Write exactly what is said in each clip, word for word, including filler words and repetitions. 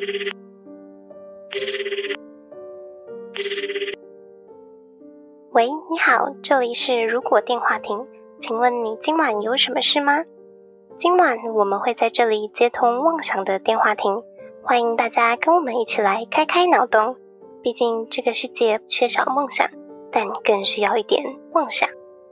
喂，你好，这里是如果电话亭，请问你今晚有什么事吗？今晚我们会在这里接通妄想的电话亭，欢迎大家跟我们一起来开开脑洞，毕竟这个世界缺少梦想，但更需要一点妄想。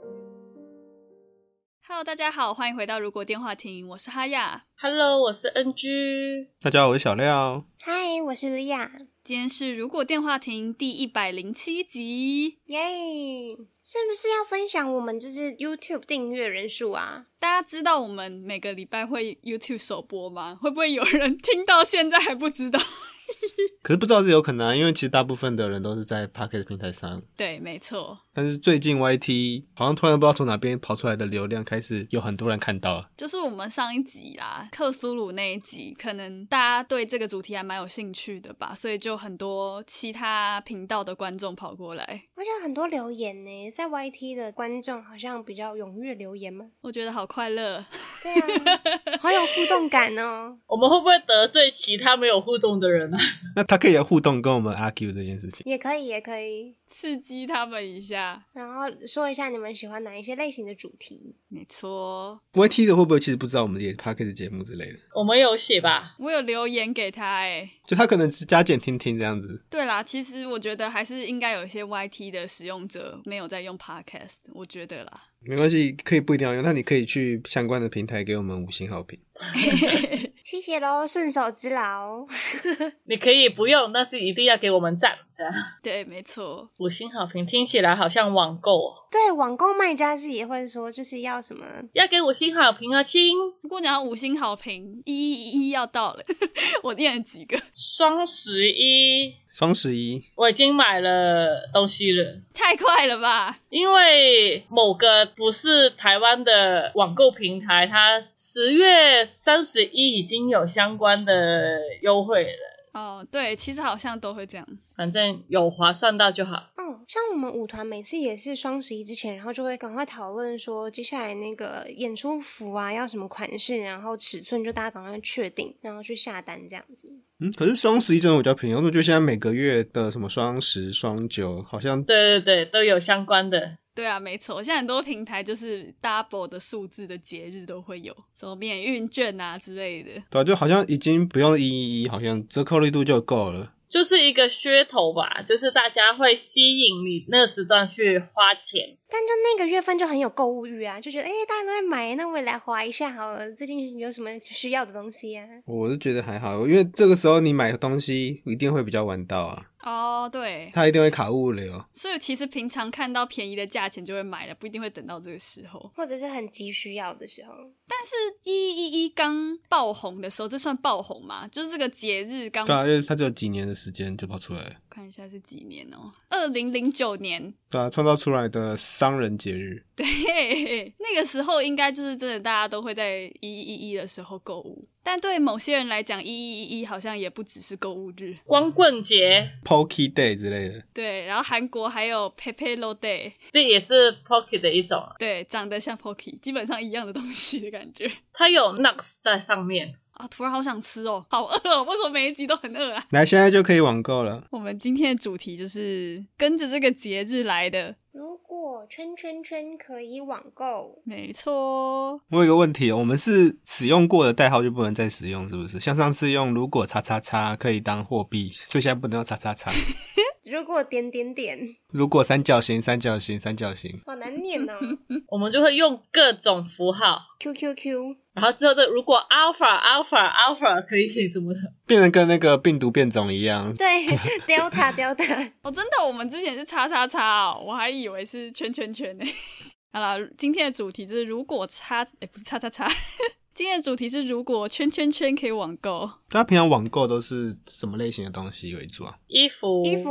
Hello， 大家好，欢迎回到如果电话亭，我是哈亚。 Hello， 我是 N G。 大家好，我是小廖。 嗨，我是莉亚。 今天是如果电话亭第一百零七集， 耶！是不是要分享我们就是 YouTube 订阅人数啊？ 大家知道我们每个礼拜会 YouTube 首播吗？会不会有人听到现在还不知道？ 可是不知道是有可能啊，因为其实大部分的人都是在 Podcast 平台上。 对，没错。 但是最近 Y T 好像突然不知道从哪边跑出来的流量开始有很多人看到了。就是我们上一集啦，克苏鲁那一集，可能大家对这个主题还蛮有兴趣的吧，所以就很多其他频道的观众跑过来。 而且很多留言呢，在 Y T 的观众好像比较踊跃留言吗？ 我觉得好快乐。 对啊，好有互动感哦。 我们会不会得罪其他没有互动的人啊？ 那他可以有互动跟我们 argue 这件事情。 也可以也可以刺激他们一下， 然后说一下你们喜欢哪一些类型的主题。 没错。 Y T 的会不会其实不知道我们这些 Podcast 节目之类的？ 我们有写吧， 我有留言给他耶， 就他可能是加减听听这样子。 对啦，其实我觉得还是应该有一些 Y T 的使用者没有在用 Podcast， 我觉得啦。 没关系，可以不一定要用，那你可以去相关的平台给我们五星好评。 谢谢咯，顺手之劳。 你可以不用，但是一定要给我们赞，这样。 对，没错。 五星好评听起来好像网购哦。 对，网购卖家是也会说就是要什么要给五星好评啊亲。 如果你要五星好评，一一一要到了。我念了几个？ 双十一双十一我已经买了东西了。 太快了吧， 因为某个不是台湾的网购平台，它十月三十一已经有相关的优惠了。 哦，对，其实好像都会这样， 反正有划算到就好。 哦，像我们舞团每次也是双十一之前，然后就会赶快讨论说接下来那个演出服啊要什么款式，然后尺寸就大家赶快确定，然后去下单这样子。 嗯，可是双十一真的比较便宜，我觉得现在每个月的什么双十、双九好像对对对都有相关的。 对啊，没错，现在很多平台就是 double 的数字的节日都会有，什么免运券啊之类的。 对啊，就好像已经不用一一一，好像折扣力度就够了。 就是一个噱头吧，就是大家会吸引你那时段去花钱。 但就那个月份就很有购物欲啊，就觉得哎、欸，大家都在买，那我也来滑一下好了。最近有什么需要的东西啊？ 我是觉得还好，因为这个时候你买的东西一定会比较晚到啊。 哦，对， 它一定会卡物流， 所以其实平常看到便宜的价钱就会买了，不一定会等到这个时候， 或者是很急需要的时候。 但是一一一刚爆红的时候，这算爆红吗？就是这个节日刚， 对啊，因为它只有几年的时间就跑出来了。 看一下是几年哦，二零零九年。 对啊，创造出来的商人节日。 对，那个时候应该就是真的大家都会在一一一的时候购物，但对某些人来讲一一一好像也不只是购物日， 光棍节 Pocky Day 之类的。 对，然后韩国还有 Pepelo Day， 这也是 Pocky 的一种。 对，长得像 Pocky， 基本上一样的东西的感觉。 它有 nuts 在上面啊，突然好想吃哦，好饿哦，为什么每一集都很饿啊？ 来，现在就可以网购了。 我们今天的主题就是跟着这个节日来的。 如果圈圈圈可以网购， 没错。 我有一个问题，我们是使用过的代号就不能再使用，是不是？像上次用如果叉叉叉可以当货币，所以现在不能用叉叉叉。 如果点点点， 如果三角形三角形三角形， 好难念哦。 我们就会用各种符号 Q Q Q， 然后之后这如果 alpha alpha alpha 可以写什么的， 变成跟那个病毒变种一样。 对，Delta Delta。 哦，真的，我们之前是叉叉叉哦，我还以为是圈圈圈呢。好啦，今天的主题就是如果叉，诶不是叉叉叉。今天的主题是如果圈圈圈可以网购。 大家平常网购都是什么类型的东西为主啊？ 衣服衣服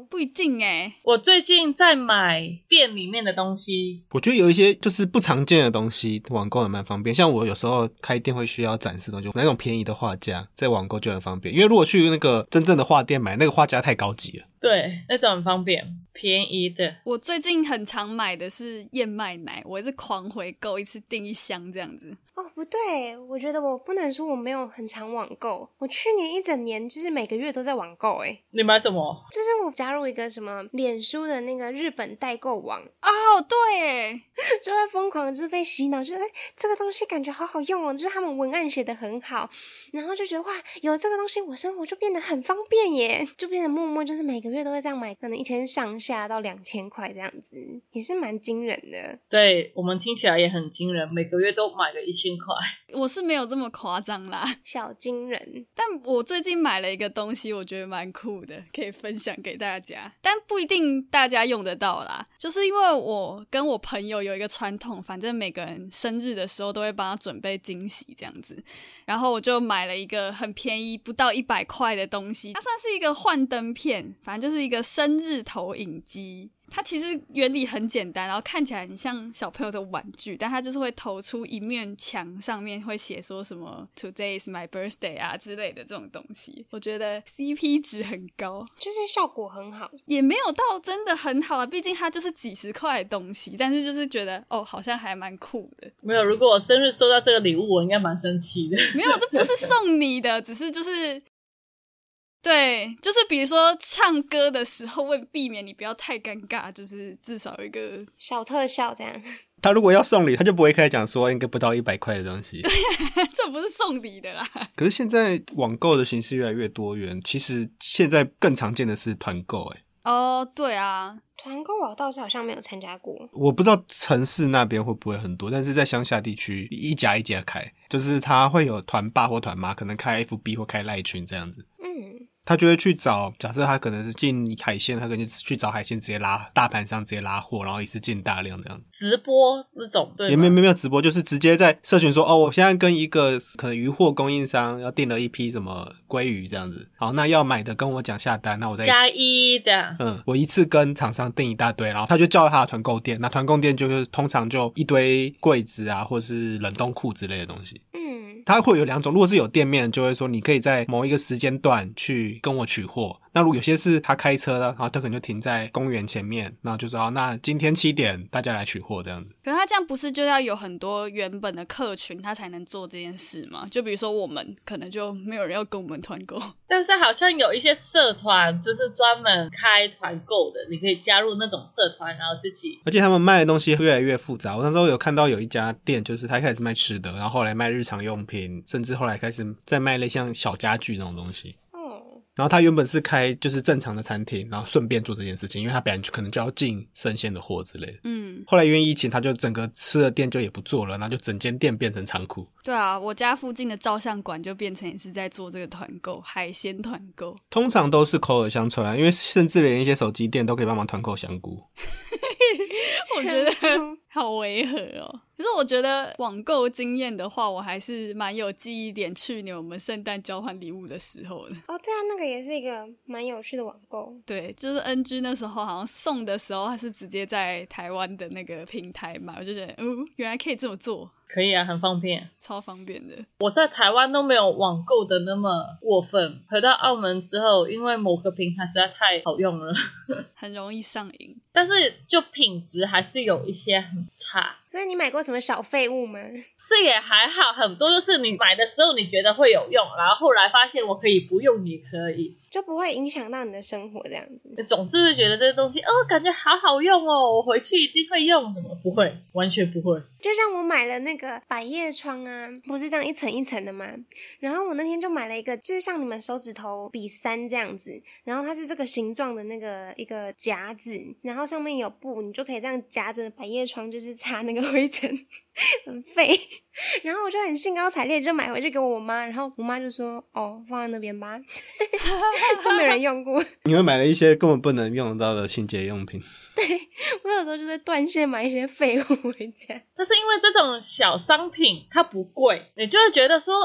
不一定耶。 我最近在买店里面的东西， 我觉得有一些就是不常见的东西，网购也蛮方便。像我有时候开店会需要展示的东西，那种便宜的画架，在网购就很方便。因为如果去那个真正的画店买，那个画架太高级了。 对，那种很方便，便宜的。 我最近很常买的是燕麦奶，我是狂回购，一次订一箱这样子。 哦，不对，我觉得我不能说我没有很常网购，我去年一整年就是每个月都在网购。诶， 你买什么？ 就是我加入一个什么脸书的那个日本代购网哦，对耶， 就会疯狂的就是被洗脑，就是这个东西感觉好好用哦，就是他们文案写得很好，然后就觉得哇，有这个东西我生活就变得很方便耶，就变得默默就是每个月都会这样买，可能一千上下到两千块这样子，也是蛮惊人的。 对，我们听起来也很惊人，每个月都买个一千块。 我是没有这么夸张啦， 小惊人。 但我最近买了一个东西，我觉得蛮酷的，可以分享给大家，但不一定大家用得到啦。就是因为我跟我朋友有一个传统，反正每个人生日的时候都会帮他准备惊喜这样子，然后我就买了一个很便宜不到一百块的东西，它算是一个幻灯片，反正就是一个生日投影机。它其实原理很简单，然后看起来很像小朋友的玩具，但它就是会投出一面墙，上面会写说什么 Today is my birthday 啊之类的这种东西，我觉得 C P 值很高， 就是效果很好， 也没有到真的很好啦，毕竟它就是几十块的东西，但是就是觉得哦好像还蛮酷的。 没有，如果我生日收到这个礼物，我应该蛮生气的。 没有，这不是送你的，只是就是对，就是比如说唱歌的时候，为避免你不要太尴尬，就是至少有一个小特效这样。 他如果要送礼，他就不会开始讲说应该不到一百块的东西。 对，这不是送礼的啦。 可是现在网购的形式越来越多元，其实现在更常见的是团购。诶哦，对啊， 团购我倒是好像没有参加过， 我不知道城市那边会不会很多，但是在乡下地区一家一家开，就是他会有团爸或团妈，可能开 F B 或开赖群这样子。 嗯， 他就会去找，假设他可能是进海鲜，他可能去找海鲜直接拉大盘上直接拉货，然后一次进大量这样子。 直播那种对吗？ 也没有没有直播，就是直接在社群说哦，我现在跟一个可能鱼货供应商要订了一批什么鲑鱼这样子，好，那要买的跟我讲下单，那我再加一这样。 嗯，我一次跟厂商订一大堆，然后他就叫他的团购店，那团购店就是通常就一堆柜子啊，或是冷冻库之类的东西。 嗯， 它会有两种，如果是有店面，就会说你可以在某一个时间段去跟我取货。那如果有些是他开车的，然后他可能就停在公园前面，然后就说那今天七点大家来取货这样子。 可是他这样不是就要有很多原本的客群，他才能做这件事吗？就比如说我们可能就没有人要跟我们团购， 但是好像有一些社团就是专门开团购的，你可以加入那种社团，然后自己。 而且他们卖的东西越来越复杂。我那时候有看到有一家店，就是他一开始卖吃的，然后后来卖日常用品，甚至后来开始在卖类像小家具那种东西。然后他原本是开就是正常的餐厅，然后顺便做这件事情，因为他本来就可能就要进生鲜的货之类的。嗯，后来因为疫情，他就整个吃的店就也不做了，然后就整间店变成仓库。 对啊，我家附近的照相馆就变成也是在做这个团购，海鲜团购。 通常都是口耳相传啊，因为甚至连一些手机店都可以帮忙团购香菇。 我觉得好违和哦。可是我觉得网购经验的话，我还是蛮有记忆点去年我们圣诞交换礼物的时候的。 哦，对啊，那个也是一个蛮有趣的网购。 对，就是 N G 那时候好像送的时候，他是直接在台湾的那个平台买，我就觉得，哦，原来可以这么做。 可以啊，很方便， 超方便的。 我在台湾都没有网购的那么过分，回到澳门之后，因为某个平台实在太好用了， 很容易上瘾。 但是就品质还是有一些很差。 所以你买过什么小废物吗？ 是也还好，很多就是你买的时候你觉得会有用，然后后来发现我可以不用也可以， 就不会影响到你的生活这样子。 总是会觉得这些东西哦，感觉好好用哦，我回去一定会用。什么不会，完全不会。 就像我买了那个百叶窗啊，不是这样一层一层的吗？然后我那天就买了一个，就是像你们手指头比三这样子，然后它是这个形状的那个一个夹子，然后上面有布，你就可以这样夹着百叶窗，就是擦那个灰尘，很废。然后我就很兴高采烈就买回去给我妈，然后我妈就说哦，放在那边吧。就没人用过。 你会买了一些根本不能用得到的清洁用品。 对，我有时候就是断线买一些废物回家。 但是因为这种小商品它不贵，你就会觉得说哦，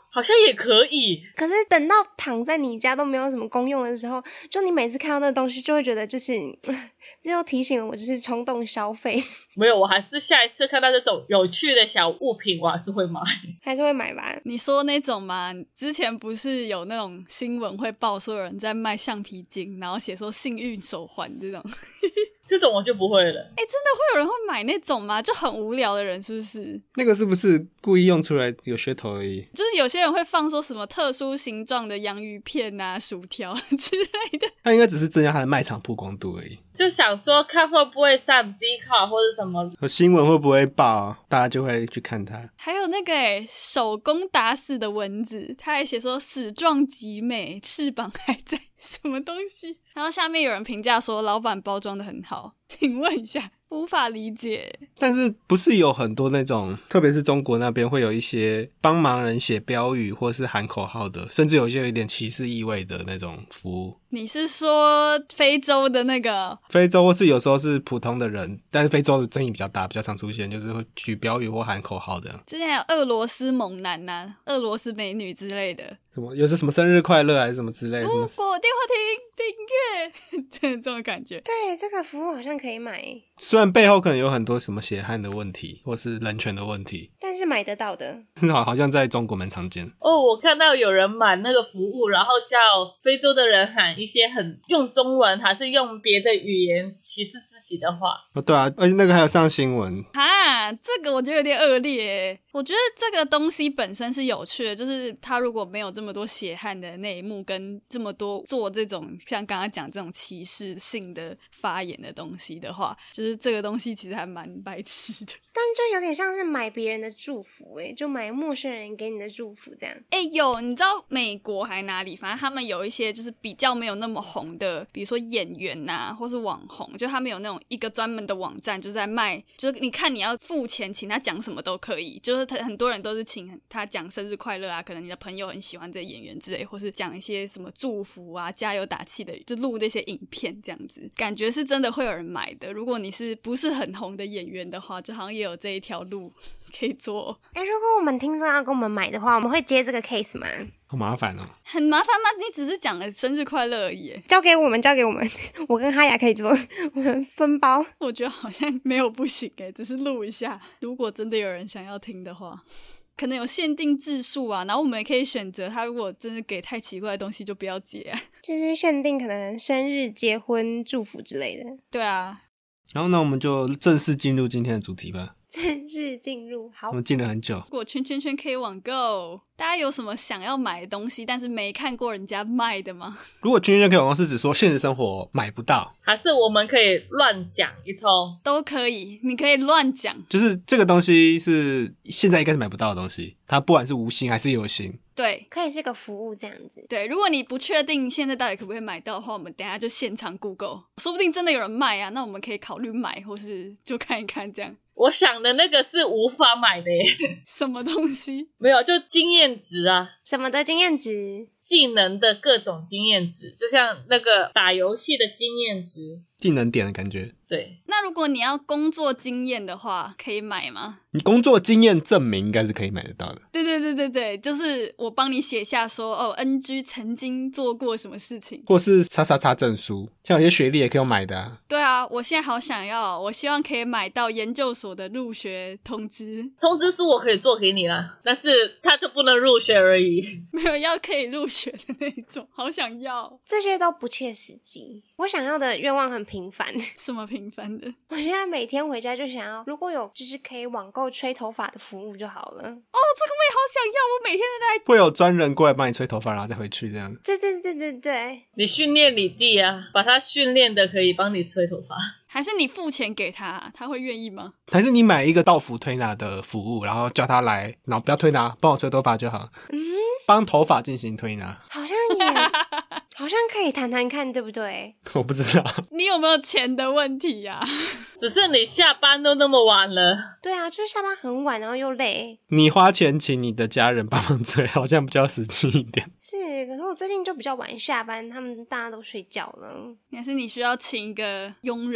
好像也可以。 可是等到躺在你家都没有什么功用的时候，就你每次看到那个东西就会觉得就是这又提醒了我就是冲动消费。 没有，我还是下一次看到这种有趣的小物品我还是会买， 还是会买吧。 你说那种吗？之前不是有那种新闻会报说有人在卖橡皮筋，然后写说幸运手环这种这种我就不会了。 哎、欸，真的会有人会买那种吗？就很无聊的人是不是？ 那个是不是故意用出来有噱头而已？ 就是有些人会放说什么特殊形状的洋芋片啊、薯条之类的， 他应该只是增加他的卖场曝光度而已。 就想说看会不会上 Dcard 或者什么新闻会不会报，大家就会去看它。 还有那个诶手工打死的蚊子，他还写说死状极美，翅膀还在，什么东西？然后下面有人评价说老板包装的很好，请问一下，无法理解。 但是不是有很多那种，特别是中国那边会有一些帮忙人写标语或是喊口号的，甚至有一些有一点歧视意味的那种服务。 你是说非洲的那个？ 非洲或是有时候是普通的人，但是非洲的争议比较大，比较常出现，就是会举标语或喊口号的。 之前还有俄罗斯猛男啊、俄罗斯美女之类的， 什么有些什么生日快乐还是什么之类的， 如果电话亭订阅这种感觉。 对，这个服务好像可以买， 虽然背后可能有很多什么血汗的问题或是人权的问题， 但是买得到的。 好像在中国蛮常见哦。我看到有人买那个服务，然后叫非洲的人喊一些很用中文还是用别的语言歧视自己的话。 哦，对啊，而且那个还有上新闻哈，这个我觉得有点恶劣耶。我觉得这个东西本身是有趣的，就是他如果没有这么多血汗的内幕跟这么多做这种像刚刚讲这种歧视性的发言的东西的话，就是这个东西其实还蛮白痴的。 但就有点像是买别人的祝福耶，就买陌生人给你的祝福这样。 哎、欸，有，你知道美国还哪里？反正他们有一些就是比较没有那么红的，比如说演员啊，或是网红，就他们有那种一个专门的网站，就是在卖，就是你看你要付钱请他讲什么都可以，就是他很多人都是请他讲生日快乐啊，可能你的朋友很喜欢这个演员之类，或是讲一些什么祝福啊、加油打气的，就录那些影片这样子，感觉是真的会有人买的。如果你是不是很红的演员的话，就好像也有这一条路可以做。 哎、欸，如果我们听众要跟我们买的话，我们会接这个 case 吗？ 好麻烦哦。 很麻烦吗？你只是讲了生日快乐而已。 交给我们，交给我们，我跟哈雅可以做，我们分包。 我觉得好像没有不行诶，只是录一下。如果真的有人想要听的话，可能有限定字数啊，然后我们也可以选择他如果真的给太奇怪的东西就不要接啊。 就是限定可能生日、结婚、祝福之类的。 对啊。 然后呢，我们就正式进入今天的主题吧。 正式进入，好， 我们进了很久。 如果圈圈圈可以网购，大家有什么想要买的东西，但是没看过人家卖的吗？ 如果圈圈圈可以网购是指说现实生活买不到， 还是我们可以乱讲一通？ 都可以，你可以乱讲， 就是这个东西是现在应该是买不到的东西，它不管是无形还是有形。 对， 可以是个服务这样子。 对，如果你不确定现在到底可不可以买到的话，我们等一下就现场 Google， 说不定真的有人卖啊，那我们可以考虑买，或是就看一看这样。 我想的那个是无法买的耶。 什么东西？ 没有，就经验值啊。 什么的经验值？ 技能的各种经验值，就像那个打游戏的经验值。 技能点的感觉。 对。 那如果你要工作经验的话，可以买吗？ 你工作经验证明应该是可以买得到的。 对对对对对，就是我帮你写下说，哦 N G 曾经做过什么事情， 或是叉叉叉证书，像有些学历也可以买的啊。 对啊，我现在好想要，我希望可以买到研究所的入学通知。 通知书我可以做给你啦，但是他就不能入学而已。 没有要可以入学的那种，好想要。 这些都不切实际，我想要的愿望很平凡。 什么平凡的？ 我现在每天回家就想要，如果有就是可以网购吹头发的服务就好了。哦，这个我也好想要，我每天都在会有专人过来帮你吹头发，然后再回去这样。 对对对对对， 你训练你弟啊，把他训练的可以帮你吹头发。 还是你付钱给他，他会愿意吗？ 还是你买一个到府推拿的服务，然后叫他来，然后不要推拿，帮我吹头发就好。嗯，帮头发进行推拿， 好像也好像可以谈谈看，对不对？ 我不知道你有没有钱的问题呀、啊？ 只是你下班都那么晚了。 对啊，就是下班很晚，然后又累。 你花钱请你的家人帮忙吹，好像比较实际一点。 是，可是我最近就比较晚下班，他们大家都睡觉了。 还是你需要请一个佣人？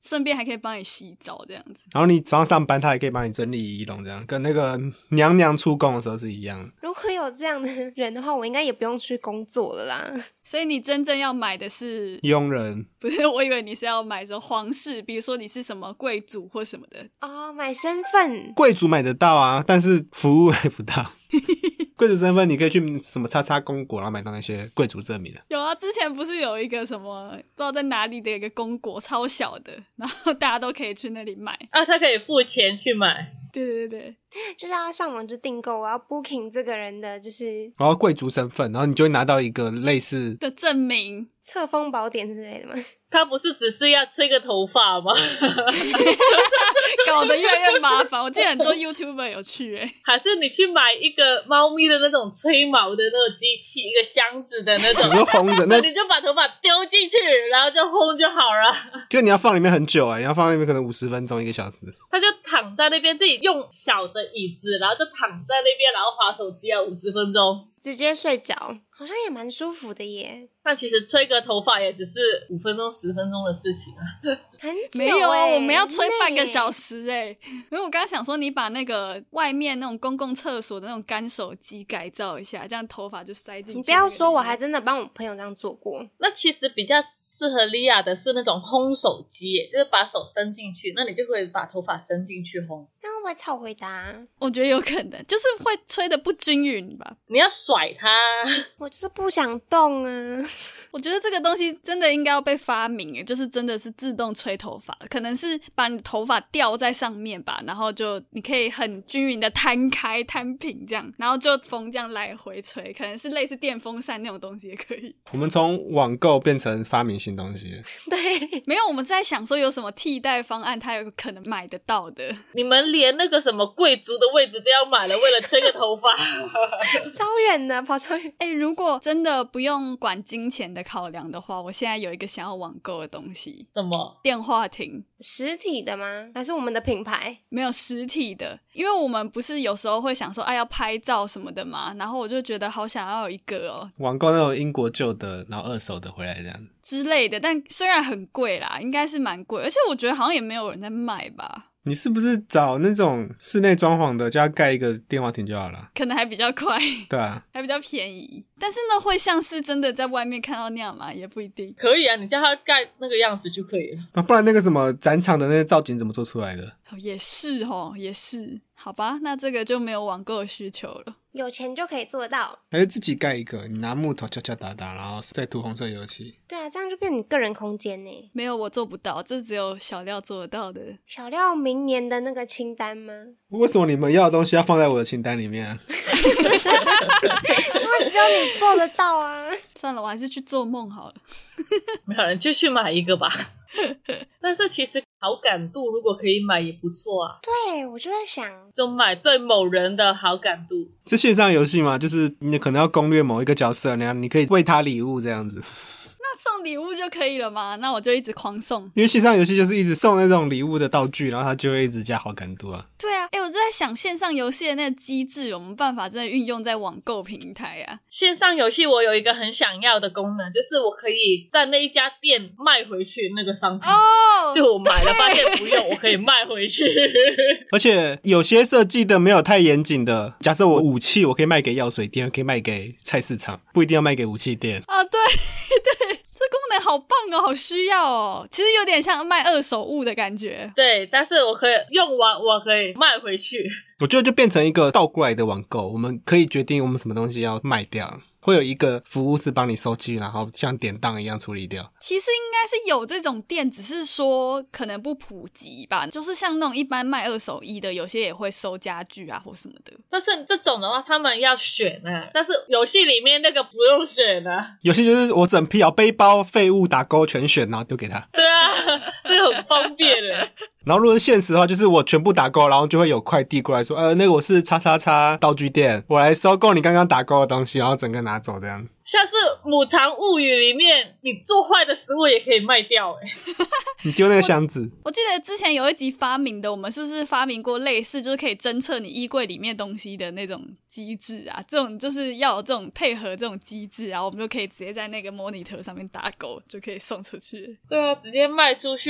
顺便还可以帮你洗澡这样子。 然后你早上上班，他还可以帮你整理仪容，这样跟那个娘娘出宫的时候是一样的。 如果有这样的人的话，我应该也不用去工作了啦。 所以你真正要买的是佣人？ 不是，我以为你是要买说皇室，比如说你是什么贵族或什么的。 哦，买身份。 贵族买得到啊，但是服务买不到。贵族身份你可以去什么叉叉公国，然后买到那些贵族证明的。 有啊，之前不是有一个什么不知道在哪里的一个公国，超小的，然后大家都可以去那里买啊，他可以付钱去买。 对对对， 就是要上网就订购，我要 booking 这个人的就是然后贵族身份，然后你就会拿到一个类似的证明， 册封宝典之类的吗？ 他不是只是要吹个头发吗？ 搞得越来越麻烦。我记得很多 YouTuber 有去诶、欸， 还是你去买一个猫咪的那种吹毛的那种机器，一个箱子的那种， 你说烘着那你就把头发丢进去，然后就烘就好了。 就你要放里面很久哎、欸，你要放里面可能五十分钟一个小时。 他就躺在那边，自己用小的椅子，然后就躺在那边，然后滑手机啊，五十分钟。 直接睡着，好像也蛮舒服的耶。 但其实吹个头发也只是五分钟、十分钟的事情啊。 很久、欸、 没有，我们要吹半个小时哎、欸。因为我刚刚想说，你把那个外面那种公共厕所的那种干手机改造一下，这样头发就塞进去。 你不要说，我还真的帮我朋友这样做过。 那其实比较适合莉亚的是那种烘手机耶，就是把手伸进去，那你就会把头发伸进去烘。 那会不会超回答？ 我觉得有可能，就是会吹得不均匀吧。 你要甩它， 我就是不想动啊。 我觉得这个东西真的应该要被发明耶，就是真的是自动吹头发，可能是把你的头发吊在上面吧，然后就你可以很均匀的摊开摊平这样，然后就风这样来回吹，可能是类似电风扇那种东西也可以。 我们从网购变成发明新东西。 对， 没有，我们是在想说有什么替代方案，它有可能买得到的。 你们连那个什么贵族的位置都要买了，为了吹个头发， 超远的，跑超远。 哎、欸，如果真的不用管金钱的考量的话，我现在有一个想要网购的东西。 什么？ 电话亭。 实体的吗？还是我们的品牌？ 没有实体的，因为我们不是有时候会想说哎、啊、要拍照什么的嘛，然后我就觉得好想要有一个哦， 网购那种英国旧的然后二手的回来这样之类的，但虽然很贵啦，应该是蛮贵，而且我觉得好像也没有人在卖吧。 你是不是找那种室内装潢的，就要盖一个电话亭就好了？ 可能还比较快， 对啊， 还比较便宜。但是呢，会像是真的在外面看到那样吗？也不一定。 可以啊，你叫他盖那个样子就可以了。 啊，不然那个什么展场的那些造景怎么做出来的？ 哦，也是哦，也是。好吧，那这个就没有网购的需求了。 有钱就可以做得到， 还是自己盖一个？你拿木头敲敲打打，然后再涂红色油漆。 对啊，这样就变你个人空间呢。 没有，我做不到，这只有小廖做得到的。 小廖明年的那个清单吗？ 为什么你们要的东西要放在我的清单里面啊？ 因为只有你做得到啊。 算了，我还是去做梦好了。 没有人就去买一个吧。但是其实好感度如果可以买也不错啊。 对，我就在想， 就买对某人的好感度。 这线上游戏嘛，就是你可能要攻略某一个角色，那样你可以喂他礼物这样子。 那送礼物就可以了吗？那我就一直狂送。 因为线上游戏就是一直送那种礼物的道具，然后他就会一直加好感度啊。 对啊，哎、欸，我就在想线上游戏的那个机制有没有办法真的运用在网购平台啊？ 线上游戏我有一个很想要的功能，就是我可以在那一家店卖回去那个商品。 哦， 就我买了发现不用，我可以卖回去。 而且有些设计的没有太严谨的，假设我武器我可以卖给药水店，可以卖给菜市场，不一定要卖给武器店。 啊，对对。这功能好棒哦，好需要哦，其实有点像卖二手物的感觉。 对，但是我可以用完我可以卖回去。 我觉得就变成一个倒过来的网购，我们可以决定我们什么东西要卖掉，会有一个服务是帮你收据，然后像典当一样处理掉。 其实应该是有这种店，只是说可能不普及吧，就是像那种一般卖二手衣的，有些也会收家具啊或什么的。 但是这种的话他们要选啊，但是游戏里面那个不用选啊。 游戏就是我整批背包废物打勾全选，然后丢给他。 对啊，这个很方便的。 然后如果是现实的话，就是我全部打勾，然后就会有快递过来说，呃，那个我是叉叉叉道具店，我来收购你刚刚打勾的东西，然后整个拿走这样。 像是《母藏物语》里面，你做坏的食物也可以卖掉欸。 你丢那个箱子。 我, 我记得之前有一集发明的，我们是不是发明过类似就是可以侦测你衣柜里面东西的那种机制啊？这种就是要有这种配合这种机制，然后我们就可以直接在那个 monitor 上面打勾，就可以送出去。 对啊，直接卖出去。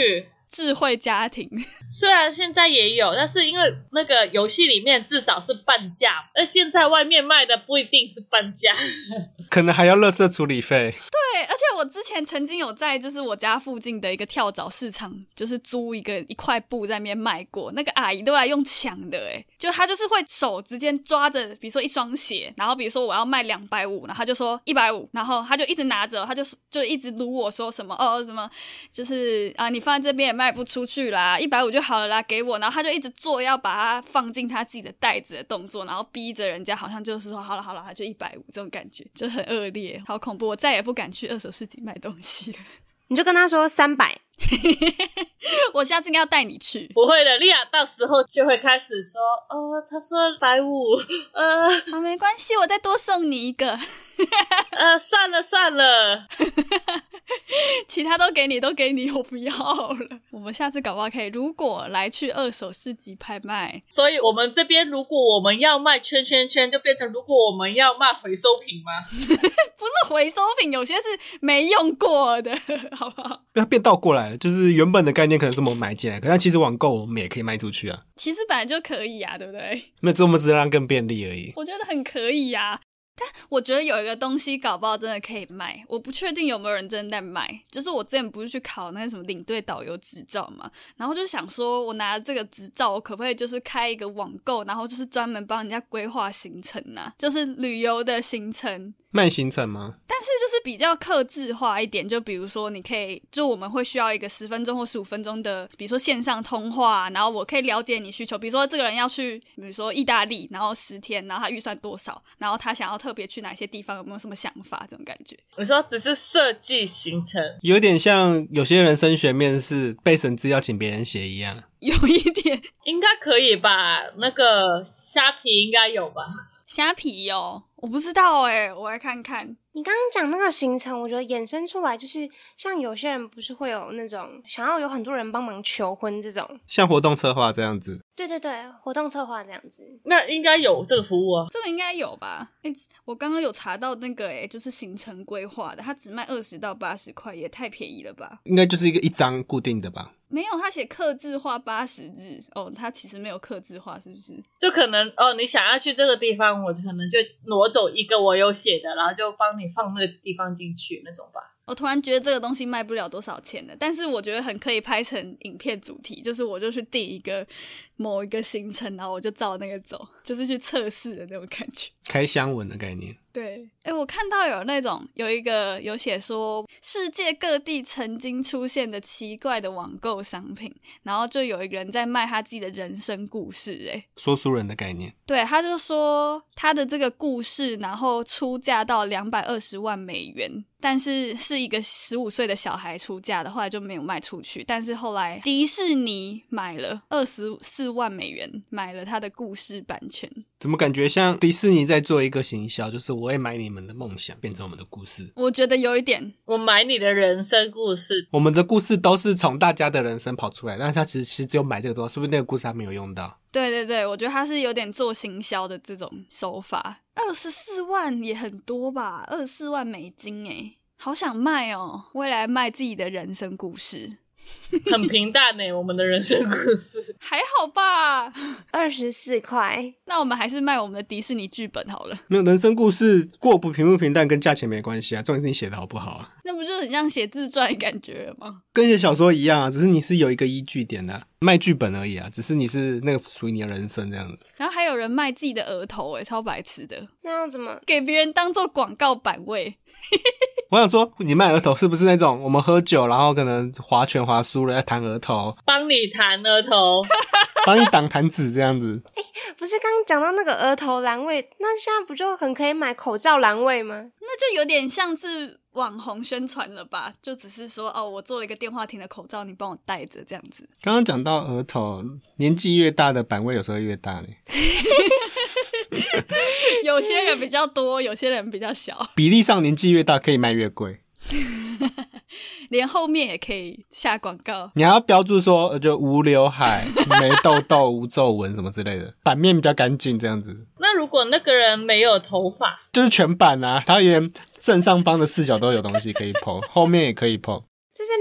智慧家庭。 虽然现在也有，但是因为那个游戏里面至少是半价，而现在外面卖的不一定是半价， 可能还要垃圾处理费。 对，而且我之前曾经有在就是我家附近的一个跳蚤市场，就是租一个一块布在那边卖过，那个阿姨都来用抢的诶，就她就是会手直接抓着，比如说一双鞋，然后比如说我要卖两百五，然后她就说一百五，然后她就一直拿着，她就就一直撸我说什么哦什么，就是啊你放在这边也卖不出去啦，一百五就好了啦，给我，然后她就一直做要把它放进她自己的袋子的动作，然后逼着人家好像就是说好了好了，她就一百五，这种感觉就很恶劣，好恐怖，我再也不敢去二手市集买东西了。 你就跟他说三百， 我下次应该要带你去。 不会的，莉亚到时候就会开始说，哦，他说百五，呃， 好，没关系，我再多送你一个。 呃，算了算了， 其他都给你，都给你，我不要了。我们下次搞不好可以，如果来去二手市集拍卖， 所以我们这边如果我们要卖圈圈圈，就变成如果我们要卖回收品吗？ 不是回收品，有些是没用过的，好不好？ 它变倒过来了，就是原本的概念可能是我们买进来，可是其实网购我们也可以卖出去啊。 其实本来就可以啊，对不对？ 没有，这我们只是让更便利而已。 我觉得很可以啊。但我觉得有一个东西搞不好真的可以卖，我不确定有没有人真的在卖。就是我之前不是去考那个什么领队导游执照嘛，然后就想说我拿这个执照，我可不可以就是开一个网购，然后就是专门帮人家规划行程啊，就是旅游的行程。 卖行程吗？ 但是就是比较客制化一点，就比如说你可以，就我们会需要一个十分钟或十五分钟的，比如说线上通话，然后我可以了解你需求，比如说这个人要去，比如说意大利，然后十天，然后他预算多少，然后他想要特别去哪些地方，有没有什么想法，这种感觉。 你说只是设计行程， 有点像有些人升学面试备审资要请别人写一样。 有一点， 应该可以吧？那个虾皮应该有吧？ 虾皮哦，我不知道耶，我来看看。 你刚刚讲那个行程，我觉得衍生出来就是像有些人不是会有那种想要有很多人帮忙求婚这种， 像活动策划这样子。 对对对，活动策划这样子， 那应该有这个服务啊。 这个应该有吧？诶，我刚刚有查到那个诶，就是行程规划的，它只卖二十到八十块，也太便宜了吧？ 应该就是一个一张固定的吧？ 没有，他写客制化八十日哦，他其实没有客制化，是不是？ 就可能哦，你想要去这个地方，我可能就挪走一个我有写的，然后就帮你放那个地方进去那种吧。 我突然觉得这个东西卖不了多少钱的，但是我觉得很可以拍成影片主题，就是我就去定一个某一个行程，然后我就照那个走，就是去测试的那种感觉， 开箱文的概念。 对，诶，我看到有那种有一个有写说世界各地曾经出现的奇怪的网购商品，然后就有一个人在卖他自己的人生故事，诶， 说书人的概念。 对，他就说他的这个故事，然后出价到两百二十万美元，但是是一个十五岁的小孩出价的，后来就没有卖出去。但是后来迪士尼买了二十四万美元，买了他的故事版权。 怎么感觉像迪士尼在做一个行销，就是我会买你们的梦想变成我们的故事。 我觉得有一点， 我买你的人生故事， 我们的故事都是从大家的人生跑出来，但是他其实其实只有买这个东西，说不定那个故事他没有用到。 对对对，我觉得他是有点做行销的这种手法。二十四万也很多吧，二十四万美金耶，好想卖哦，未来卖自己的人生故事。 很平淡耶，我们的人生故事还好吧， 二十四块。 那我们还是卖我们的迪士尼剧本好了。 没有，人生故事过不平不平淡跟价钱没关系啊，重点是你写的好不好啊。 那不就很像写自传的感觉了吗？ 跟写小说一样啊，只是你是有一个依据点的、啊，卖剧本而已啊，只是你是那个属于你的人生这样子。 然后还有人卖自己的额头耶，超白痴的， 那要怎么给别人当做广告版位。 我想说，你卖额头是不是那种我们喝酒，然后可能划拳划输了要弹额头， 帮你弹额头， 帮你挡弹指这样子？ 不是刚刚讲到那个额头栏位，那现在不就很可以买口罩栏位吗？ 那就有点像是网红宣传了吧，就只是说哦，我做了一个电话亭的口罩，你帮我戴着这样子。 刚刚讲到额头，年纪越大的版位有时候越大嘞。 有些人比较多，有些人比较小， 比例上年纪越大可以卖越贵。 连后面也可以下广告， 你还要标注说呃就无刘海、没痘痘、无皱纹什么之类的，版面比较干净这样子。 那如果那个人没有头发， 就是全版啊，他连正上方的视角都有东西可以 po， 后面也可以 po。 这是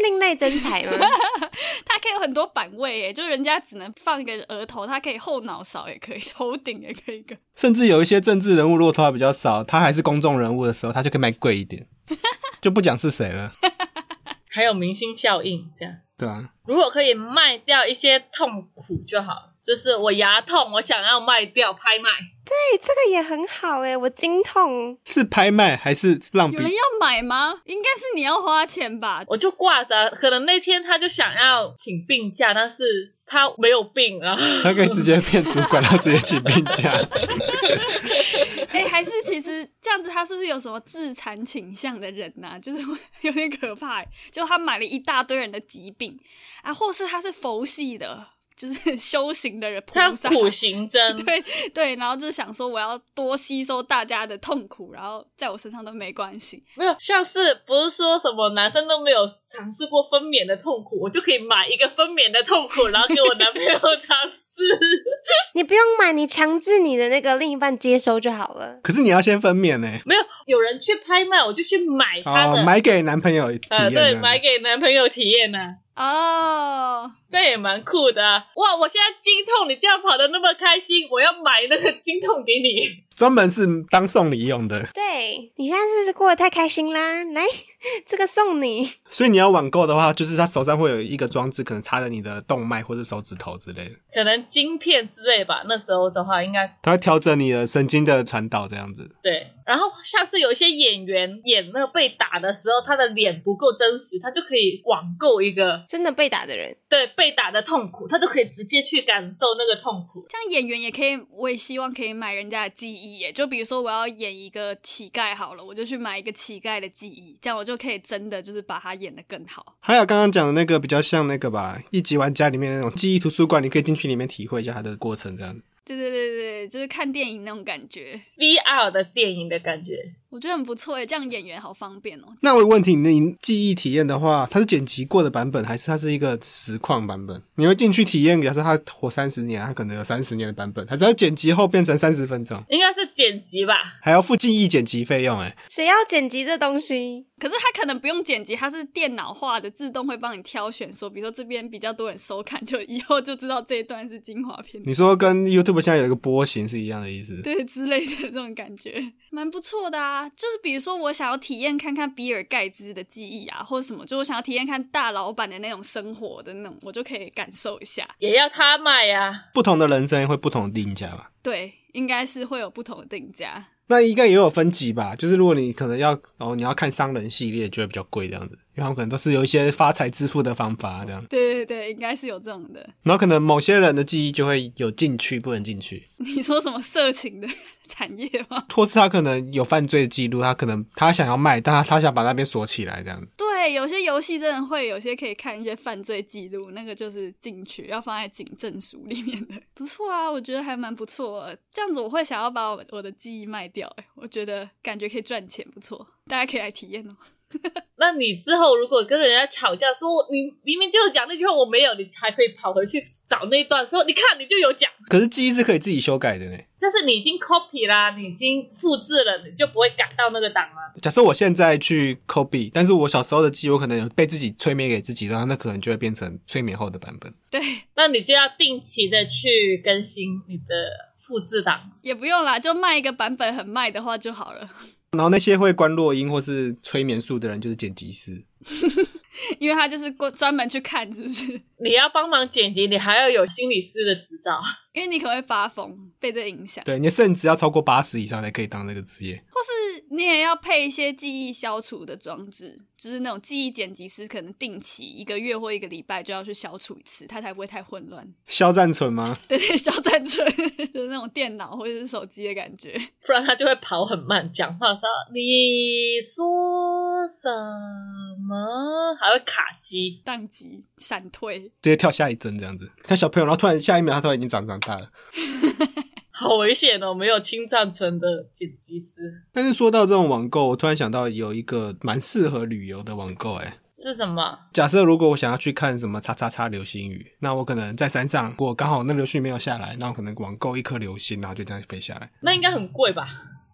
另类真材吗？ 它可以有很多版位耶，就人家只能放一个额头，它可以后脑勺也可以，头顶也可以一个。 甚至有一些政治人物如果头发比较少，他还是公众人物的时候，他就可以卖贵一点，就不讲是谁了。 还有明星效应这样。 对啊， 如果可以卖掉一些痛苦就好，就是我牙痛，我想要卖掉拍卖。 对，这个也很好耶，我经痛。 是拍卖还是让别有人要买吗？应该是你要花钱吧。 我就挂着，可能那天他就想要请病假，但是他没有病啊， 他可以直接变主管，然后直接请病假。 哎、欸，还是其实这样子，他是不是有什么自残倾向的人呐、啊？就是会有点可怕，就他买了一大堆人的疾病啊，或是他是佛系的。就是修行的人， 他苦行僧， 对对，然后就想说我要多吸收大家的痛苦，然后在我身上都没关系。 没有，像是不是说什么男生都没有尝试过分娩的痛苦，我就可以买一个分娩的痛苦，然后给我男朋友尝试。 你不用买，你强制你的那个另一半接收就好了。 可是你要先分娩呢。 没有，有人去拍卖，我就去买他的， 哦、买给男朋友体验、啊。 呃，对，买给男朋友体验啊。 哦， 这也蛮酷的啊！哇，我现在经痛，你这样跑得那么开心，我要买那个经痛给你， 专门是当送礼用的。 对，你现在是不是过得太开心啦？来，这个送你。 所以你要网购的话，就是他手上会有一个装置，可能插着你的动脉或是手指头之类的， 可能晶片之类吧。那时候的话，应该它会调整你的神经的传导这样子。 对，然后像是有一些演员演那个被打的时候，他的脸不够真实，他就可以网购一个真的被打的人， 对，被打的痛苦，他就可以直接去感受那个痛苦。 这样演员也可以，我也希望可以买人家的记忆耶。就比如说我要演一个乞丐好了，我就去买一个乞丐的记忆，这样我就可以真的就是把他演得更好。 还有刚刚讲的那个比较像那个吧，一级玩家里面那种记忆图书馆，你可以进去里面体会一下它的过程这样。 对对对对，就是看电影那种感觉 V R 的电影的感觉， 我觉得很不错耶，这样演员好方便哦。 那我有问题，你记忆体验的话，它是剪辑过的版本，还是它是一个实况版本？你会进去体验，假设它活三十年，它可能有三十年的版本，还是它剪辑后变成三十分钟？ 应该是剪辑吧， 还要付记忆剪辑费用哎。 谁要剪辑这东西？ 可是它可能不用剪辑，它是电脑化的，自动会帮你挑选说，比如说这边比较多人收看，就以后就知道这一段是精华片。 你说跟 YouTube 现在有一个波形是一样的意思？ 对，之类的这种感觉蛮不错的啊。就是比如说我想要体验看看比尔盖茨的记忆啊，或者什么，就我想要体验看大老板的那种生活的那种，我就可以感受一下。 也要他卖啊。 不同的人生会不同的定价吧？ 对，应该是会有不同的定价。 那应该也有分级吧，就是如果你可能要哦，你要看商人系列就会比较贵这样子，因为他们可能都是有一些发财致富的方法这样。 对对对，应该是有这种的。 然后可能某些人的记忆就会有进去不能进去。 你说什么色情的产业吗？ 或是他可能有犯罪记录，他可能他想要卖，但他他想把那边锁起来这样子。 对，有些游戏真的会，有些可以看一些犯罪记录，那个就是进去要放在警政署里面的。不错啊，我觉得还蛮不错的。这样子我会想要把我我的记忆卖掉，欸，我觉得感觉可以赚钱，不错，大家可以来体验哦。 那你之后如果跟人家吵架说你明明就有讲那句话我没有，你还可以跑回去找那一段说你看你就有讲。 可是记忆是可以自己修改的呢。 但是你已经 copy 啦，你已经复制了，你就不会改到那个档啊。 假设我现在去 copy， 但是我小时候的记忆我可能有被自己催眠给自己，然后那可能就会变成催眠后的版本。 对， 那你就要定期的去更新你的复制档。 也不用啦，就卖一个版本很卖的话就好了。 然后那些会关落音或是催眠术的人就是剪辑师。 因为他就是专门去看，是不是？ 你要帮忙剪辑，你还要有心理师的执照， 因为你可能会发疯，被这影响。 对，你的肾值要超过八十以上才可以当这个职业， 或是你也要配一些记忆消除的装置，就是那种记忆剪辑师可能定期一个月或一个礼拜就要去消除一次，它才不会太混乱。 消战存吗？ 对对，消战存就是那种电脑或者是手机的感觉， 不然他就会跑很慢，讲话的时候你说什么还会卡机、 宕机、闪退， 直接跳下一帧这样子。看小朋友，然后突然下一秒他突然已经长长大了。 好危险哦！没有清暂存的剪辑师。 但是说到这种网购，我突然想到有一个蛮适合旅游的网购，诶是什么？ 假设如果我想要去看什么叉叉叉流星雨，那我可能在山上，如果刚好那流星雨没有下来，那我可能网购一颗流星，然后就这样飞下来。 那应该很贵吧？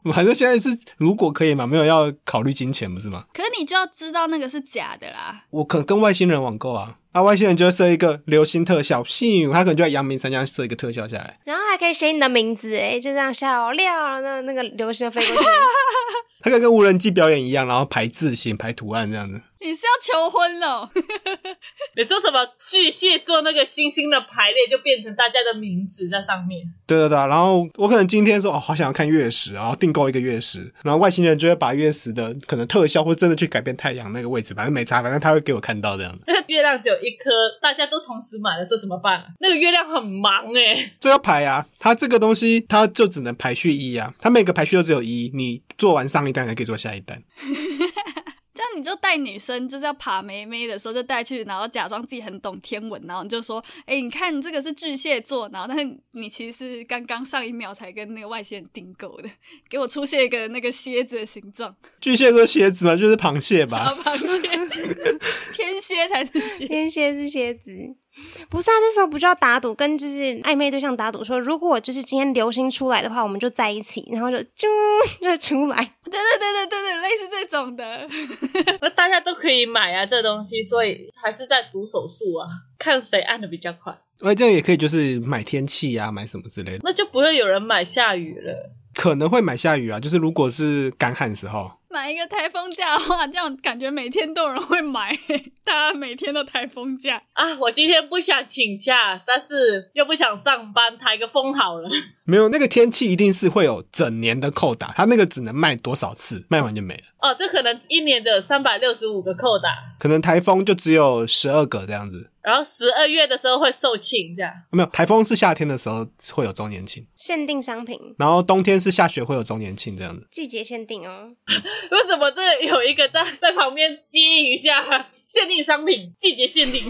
反正现在是如果可以嘛，没有要考虑金钱不是吗？ 可是你就要知道那个是假的啦。 我可能跟外星人网购啊，啊外星人就会设一个流星特效，咻，他可能就在阳明山这样设一个特效下来， 然后还可以写你的名字，哎，就这样小廖，那那个流星飞过去。 他可以跟无人机表演一样，然后排字形、排图案这样子。 你是要求婚了？ 你说什么巨蟹座那个星星的排列就变成大家的名字在上面？ 对对对，然后我可能今天说哦，好想要看月食，然后订购一个月食，然后外星人就会把月食的可能特效或真的去改变太阳那个位置，反正没差，反正他会给我看到这样。 月亮只有一颗，大家都同时买的时候怎么办？那个月亮很忙欸， 这要排啊，它这个东西它就只能排序一啊，它每个排序都只有一，你做完上一单还可以做下一单。 这样你就带女生就是要爬妹妹的时候就带去，然后假装自己很懂天文，然后你就说哎、欸，你看这个是巨蟹座，然后但是你其实是刚刚上一秒才跟那个外星人订购的，给我出现一个那个蝎子的形状。 巨蟹座蝎子嘛，就是螃蟹吧？ 啊，螃蟹。天蝎才是蝎， 天蝎是蝎子。不是啊，这时候不就要打赌，跟就是暧昧对象打赌说，如果就是今天流星出来的话，我们就在一起，然后就啾就出来。 对对对对对对，类似这种的。 那大家都可以买啊，这东西，所以还是在赌手速啊，看谁按的比较快。 而这样也可以，就是买天气啊，买什么之类的， 那就不会有人买下雨了。 可能会买下雨啊，就是如果是干旱时候。 买一个台风假的话，这样感觉每天都有人会买，大家每天都台风假啊！我今天不想请假，但是又不想上班，台个风好了。 没有，那个天气一定是会有整年的扣打，它那个只能卖多少次，卖完就没了。 哦，这可能一年只有三百六十五个扣打， 可能台风就只有十二个这样子。 然后十二月的时候会售罄，这样没有，台风是夏天的时候会有周年庆， 限定商品， 然后冬天是下雪会有周年庆这样子， 季节限定哦。 为什么这有一个在在旁边接应一下？限定商品，季节限定。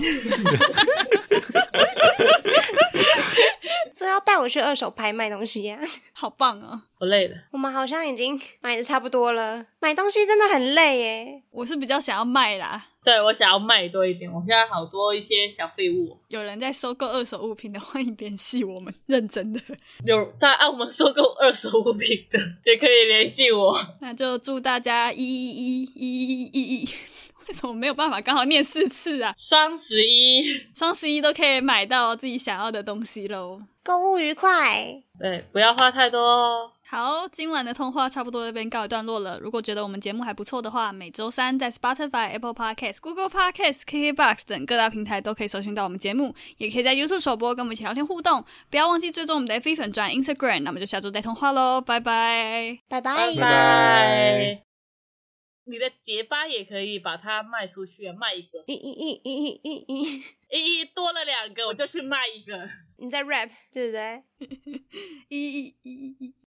所以要带我去二手拍卖东西呀、啊， 好棒哦！ 我累了， 我们好像已经买的差不多了。买东西真的很累耶。 我是比较想要卖啦， 对，我想要卖多一点，我现在好多一些小废物。 有人在收购二手物品的，欢迎联系我们，认真的。 有在澳门收购二手物品的，也可以联系我。 那就祝大家一一一一一一。为什么没有办法刚好念四次啊？ 双十一， 双十一都可以买到自己想要的东西咯。 购物愉快。 对，不要花太多哦。 好，今晚的通话差不多这边告一段落了。如果觉得我们节目还不错的话，每周三在 Spotify、Apple Podcasts、Google Podcasts、K K Box 等各大平台都可以搜寻到我们节目，也可以在 YouTube 首播跟我们一起聊天互动。不要忘记追踪我们的 F B 粉专 Instagram。那我们就下周再通话咯，拜拜， 拜拜， 拜拜。你的结巴也可以把它卖出去，卖一个， 一一一一一一一一一多了两个，我就去卖一个。 你在 rap 对不对？ 一一一一。